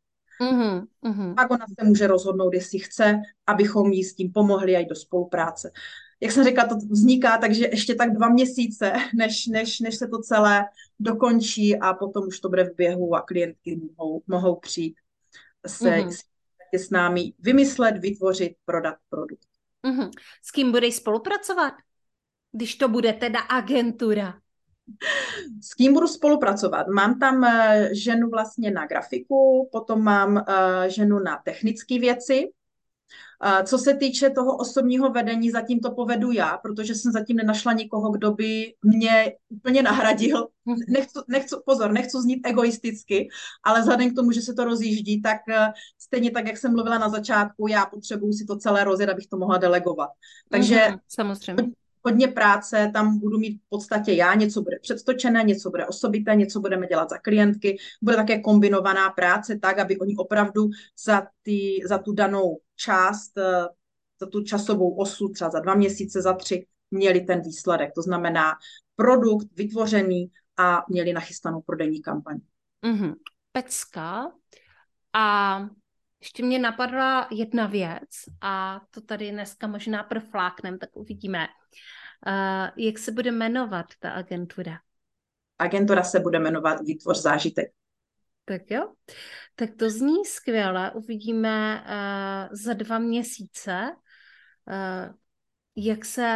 Pak ona se může rozhodnout, jestli chce, abychom jí s tím pomohli a jít do spolupráce. Jak jsem řekla, to vzniká, takže ještě tak 2 měsíce, než se to celé dokončí a potom už to bude v běhu a klientky mohou přijít s námi vymyslet, vytvořit, prodat produkt. S kým budeš spolupracovat, když to bude teda agentura? S kým budu spolupracovat? Mám tam ženu vlastně na grafiku, potom mám ženu na technické věci. Co se týče toho osobního vedení, zatím to povedu já, protože jsem zatím nenašla nikoho, kdo by mě úplně nahradil. Nechci znít egoisticky, ale vzhledem k tomu, že se to rozjíždí, tak stejně tak, jak jsem mluvila na začátku, já potřebuji si to celé rozjet, abych to mohla delegovat. Takže samozřejmě. Hodně práce, tam budu mít v podstatě já, něco bude předtočené, něco bude osobité, něco budeme dělat za klientky, bude také kombinovaná práce tak, aby oni opravdu za tu danou část, za tu časovou osu, třeba za 2 měsíce, za 3, měli ten výsledek. To znamená produkt vytvořený a měli nachystanou prodejní kampaň. Pecka. A ještě mě napadla jedna věc a to tady dneska možná profláknem, tak uvidíme. Jak se bude jmenovat ta agentura? Agentura se bude jmenovat Vytvoř zážitek. Tak jo. Tak to zní skvěle. Uvidíme za 2 měsíce,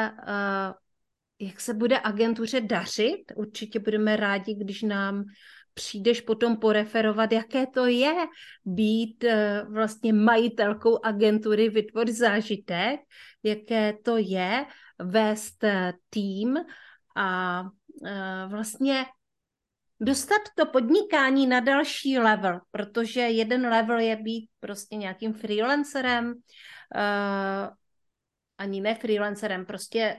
jak se bude agentuře dařit. Určitě budeme rádi, když nám přijdeš potom poreferovat, jaké to je být vlastně majitelkou agentury Vytvoř zážitek, jaké to je vést tým a vlastně dostat to podnikání na další level, protože jeden level je být prostě nějakým freelancerem, ani ne freelancerem, prostě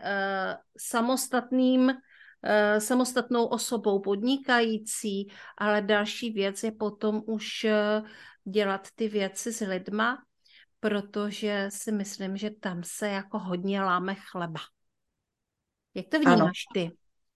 samostatnou osobou podnikající, ale další věc je potom už dělat ty věci s lidma, protože si myslím, že tam se jako hodně láme chleba. Jak to vnímáš ty?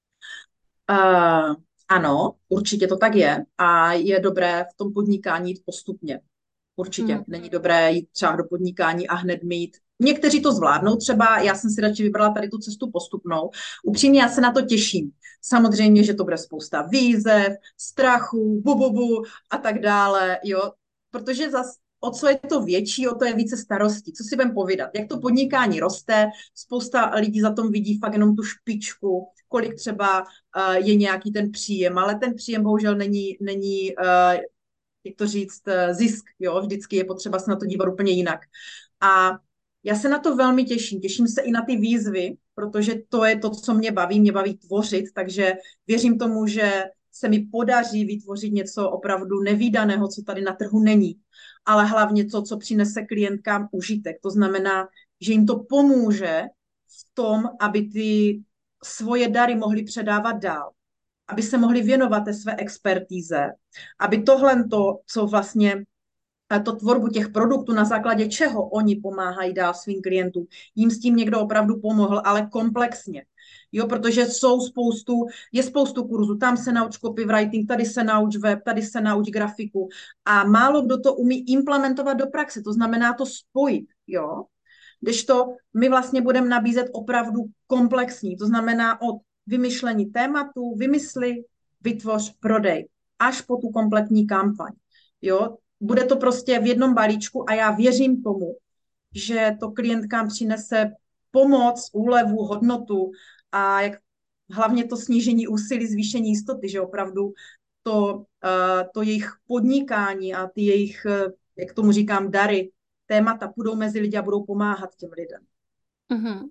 Ano, určitě to tak je a je dobré v tom podnikání jít postupně. Určitě. Není dobré jít třeba do podnikání a hned mít. Někteří to zvládnou třeba, já jsem si radši vybrala tady tu cestu postupnou. Upřímně já se na to těším. Samozřejmě, že to bude spousta výzev, strachu, bububu a tak dále, jo. Protože o co je to větší, o to je více starostí. Co si budem povídat? Jak to podnikání roste, spousta lidí za tom vidí fakt jenom tu špičku, kolik třeba je nějaký ten příjem, ale ten příjem bohužel není jak to říct, zisk, jo, vždycky je potřeba se na to dívat úplně jinak. A já se na to velmi těším. Těším se i na ty výzvy, protože to je to, co mě baví tvořit, takže věřím tomu, že se mi podaří vytvořit něco opravdu nevídaného, co tady na trhu není, ale hlavně to, co přinese klientkám užitek. To znamená, že jim to pomůže v tom, aby ty svoje dary mohli předávat dál, aby se mohli věnovat té své expertíze, aby tohle, co vlastně to tvorbu těch produktů, na základě čeho oni pomáhají dál svým klientům, jim s tím někdo opravdu pomohl, ale komplexně. Jo, protože je spoustu kurzů, tam se nauč copywriting, tady se nauč web, tady se nauč grafiku a málo kdo to umí implementovat do praxe, to znamená to spojit, jo. Kdežto my vlastně budeme nabízet opravdu komplexní, to znamená od vymyšlení tématu, vytvoř, prodej, až po tu kompletní kampaň. Jo? Bude to prostě v jednom balíčku a já věřím tomu, že to klientkám přinese pomoc, úlevu, hodnotu a hlavně to snížení úsilí, zvýšení jistoty, že opravdu to jejich podnikání a ty jejich, jak tomu říkám, dary, témata půjdou mezi lidi a budou pomáhat těm lidem. Mm-hmm.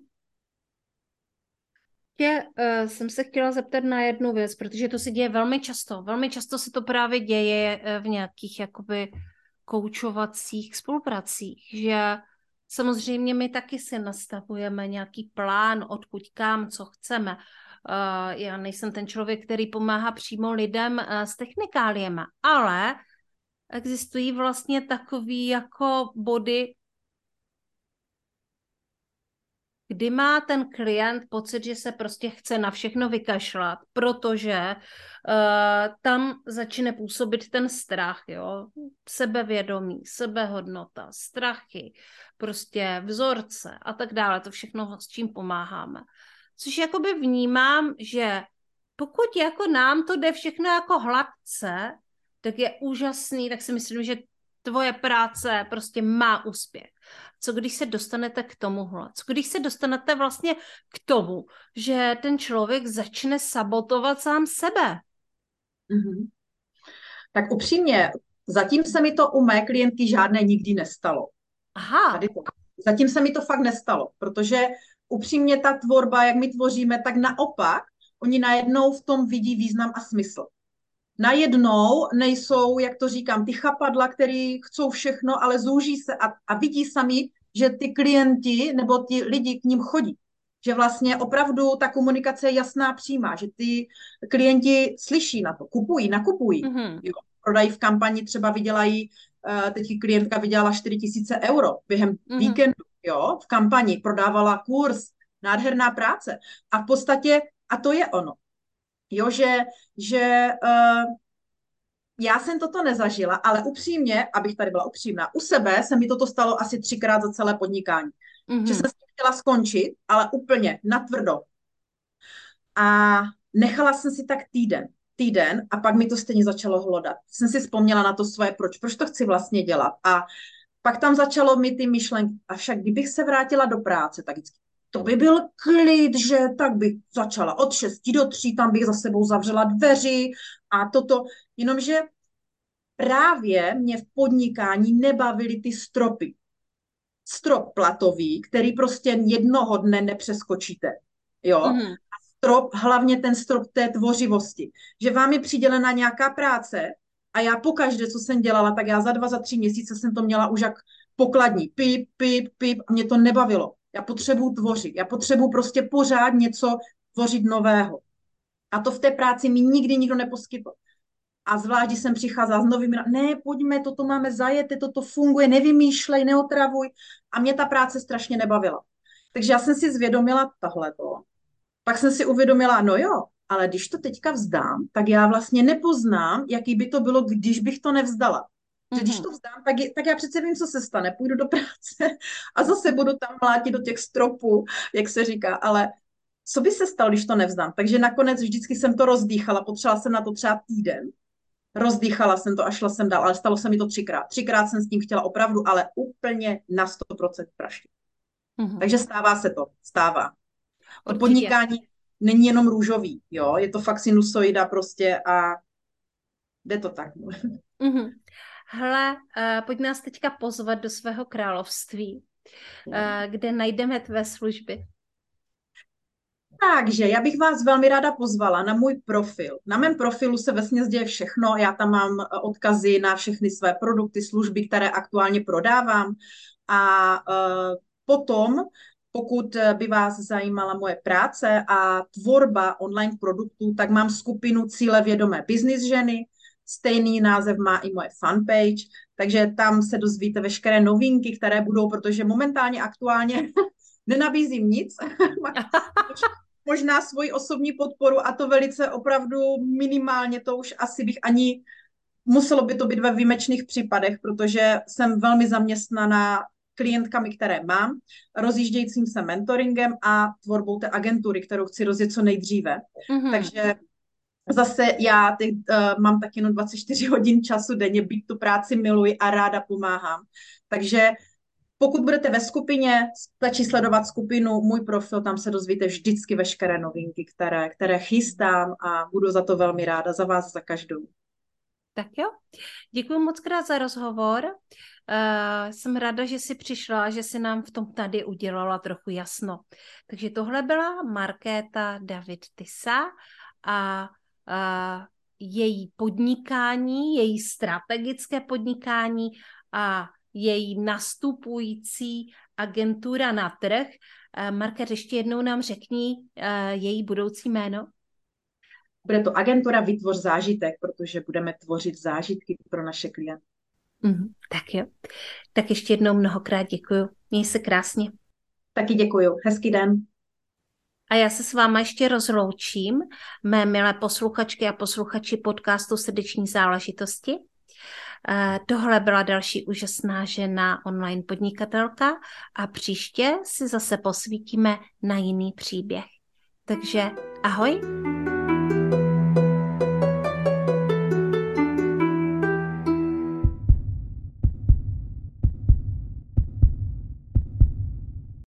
Jsem se chtěla zeptat na jednu věc, protože to se děje velmi často. Velmi často se to právě děje v nějakých jakoby koučovacích spolupracích, že samozřejmě my taky si nastavujeme nějaký plán, odkud kam, co chceme. Já nejsem ten člověk, který pomáhá přímo lidem s technikáliemi, ale existují vlastně takový jako body, kdy má ten klient pocit, že se prostě chce na všechno vykašlat, protože tam začne působit ten strach, jo? Sebevědomí, sebehodnota, strachy, prostě vzorce a tak dále, to všechno, s čím pomáháme. Což jakoby vnímám, že pokud jako nám to jde všechno jako hladce, tak je úžasný, tak si myslím, že tvoje práce prostě má úspěch. Co když se dostanete k tomuhle? Co když se dostanete vlastně k tomu, že ten člověk začne sabotovat sám sebe? Mm-hmm. Tak upřímně, zatím se mi to u mé klientky žádné nikdy nestalo. Aha. Zatím se mi to fakt nestalo, protože upřímně ta tvorba, jak my tvoříme, tak naopak, oni najednou v tom vidí význam a smysl. Najednou nejsou, jak to říkám, ty chapadla, který chcou všechno, ale zúží se a vidí sami, že ty klienti nebo ty lidi k ním chodí. Že vlastně opravdu ta komunikace je jasná, přímá, že ty klienti slyší na to, nakupují. Mm-hmm. Jo, prodají v kampani, třeba teď klientka vydělala 4 000 euro během víkendu, jo, v kampani, prodávala kurz, nádherná práce. A v podstatě, a to je ono. Jo, že já jsem toto nezažila, ale upřímně, abych tady byla upřímná, u sebe se mi toto stalo asi 3krát za celé podnikání. Mm-hmm. Že jsem si chtěla skončit, ale úplně natvrdo. A nechala jsem si tak týden a pak mi to stejně začalo hlodat. Jsem si vzpomněla na to svoje, proč to chci vlastně dělat. A pak tam začalo mi ty myšlenky. A však kdybych se vrátila do práce, tak to by byl klid, že tak bych začala od 6 do 3, tam bych za sebou zavřela dveři A toto, jenomže právě mě v podnikání nebavily ty stropy. Strop platový, který prostě jednoho dne nepřeskočíte. Jo? Mhm. A strop, hlavně ten strop té tvořivosti. Že vám je přidělena nějaká práce a já pokaždé, co jsem dělala, tak já za 2, za 3 měsíce jsem to měla už jak pokladní. Pip, pip, pip. A mě to nebavilo. Já potřebuju tvořit. Já potřebuju prostě pořád něco tvořit nového. A to v té práci mi nikdy nikdo neposkytl. A zvlášť, když jsem přicházela s novými, ne, pojďme, toto máme zajeté, toto funguje, nevymýšlej, neotravuj. A mě ta práce strašně nebavila. Takže já jsem si zvědomila tohleto. Pak jsem si uvědomila, no jo, ale když to teďka vzdám, tak já vlastně nepoznám, jaký by to bylo, když bych to nevzdala. Že když to vzdám, tak já přece vím, co se stane. Půjdu do práce a zase budu tam mlátit do těch stropů, jak se říká, ale co by se stalo, když to nevzdám? Takže nakonec vždycky jsem to rozdýchala, potřebovala jsem na to třeba týden. Rozdýchala jsem to a šla jsem dál, ale stalo se mi to 3krát. 3krát jsem s tím chtěla opravdu, ale úplně na 100% praštit. Takže stává se to, stává. To podnikání není jenom růžový, jo, je to fakt sinusoida prostě a jde to tak. Hele, pojď nás teďka pozvat do svého království, kde najdeme tvé služby. Takže já bych vás velmi ráda pozvala na můj profil. Na mém profilu se vesměs děje všechno. Já tam mám odkazy na všechny své produkty, služby, které aktuálně prodávám. A potom, pokud by vás zajímala moje práce a tvorba online produktů, tak mám skupinu Cílevědomé business ženy. Stejný název má i moje fanpage, takže tam se dozvíte veškeré novinky, které budou, protože momentálně aktuálně nenabízím nic. Možná svoji osobní podporu a to velice opravdu minimálně, to už asi bych ani, muselo by to být ve výjimečných případech, protože jsem velmi zaměstnaná klientkami, které mám, rozjíždějícím se mentoringem a tvorbou té agentury, kterou chci rozjet co nejdříve. Takže zase já mám tak jenom 24 hodin času denně, byť tu práci miluji a ráda pomáhám. Takže pokud budete ve skupině, stačí sledovat skupinu, můj profil, tam se dozvíte vždycky veškeré novinky, které chystám a budu za to velmi ráda, za vás, za každou. Tak jo, děkuji moc krát za rozhovor. Jsem ráda, že jsi přišla a že jsi nám v tom tady udělala trochu jasno. Takže tohle byla Markéta David Tysa a její podnikání, její strategické podnikání a její nastupující agentura na trh. Markéta, ještě jednou nám řekni její budoucí jméno. Bude to agentura Vytvoř zážitek, protože budeme tvořit zážitky pro naše klienty. Tak jo. Tak ještě jednou mnohokrát děkuju. Měj se krásně. Taky děkuju. Hezký den. A já se s váma ještě rozloučím, mé milé posluchačky a posluchači podcastu Srdeční záležitosti. Tohle byla další úžasná žena, online podnikatelka a příště si zase posvítíme na jiný příběh. Takže ahoj.